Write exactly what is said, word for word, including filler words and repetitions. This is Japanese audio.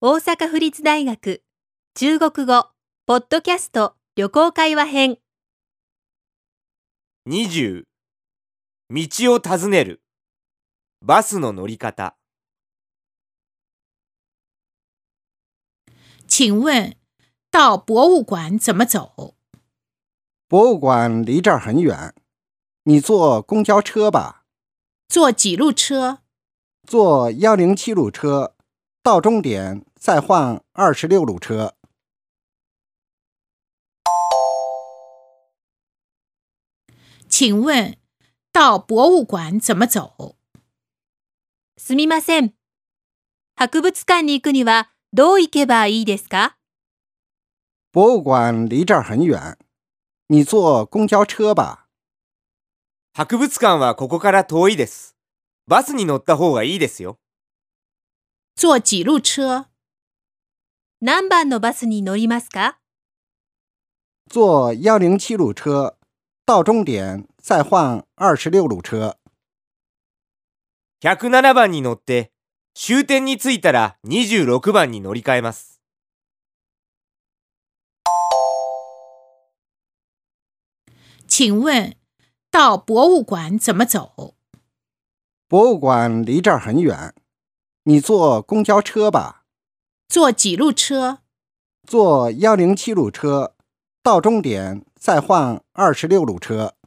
大阪府立大学中国語ポッドキャスト旅行会話編。 にじゅう道を尋ねる。バスの乗り方。 请问到博物馆怎么走？ 博物馆离这儿很远，你坐公交车吧。 坐几路车？ 坐一零七路车，到终点再换二十六路车。 请问到博物馆怎么走？ すみません。博物館に行くにはどう行けばいいですか？ 博物館離這兒很遠，你坐公交車吧。 博物館はここから遠いです。バスに乗った方がいいですよ。 坐几路車？ 何番のバスに乗りますか？ 坐一零七路車，到終點再換二十六路車。 ひゃくななばんに乗って終点に着いたらにじゅうろくばんに乗り換えます。 请问到博物館怎么走？ 博物館離這兒很遠，你坐公交車吧。 坐幾路車？ 坐一零七路車，到終點再換二十六路車。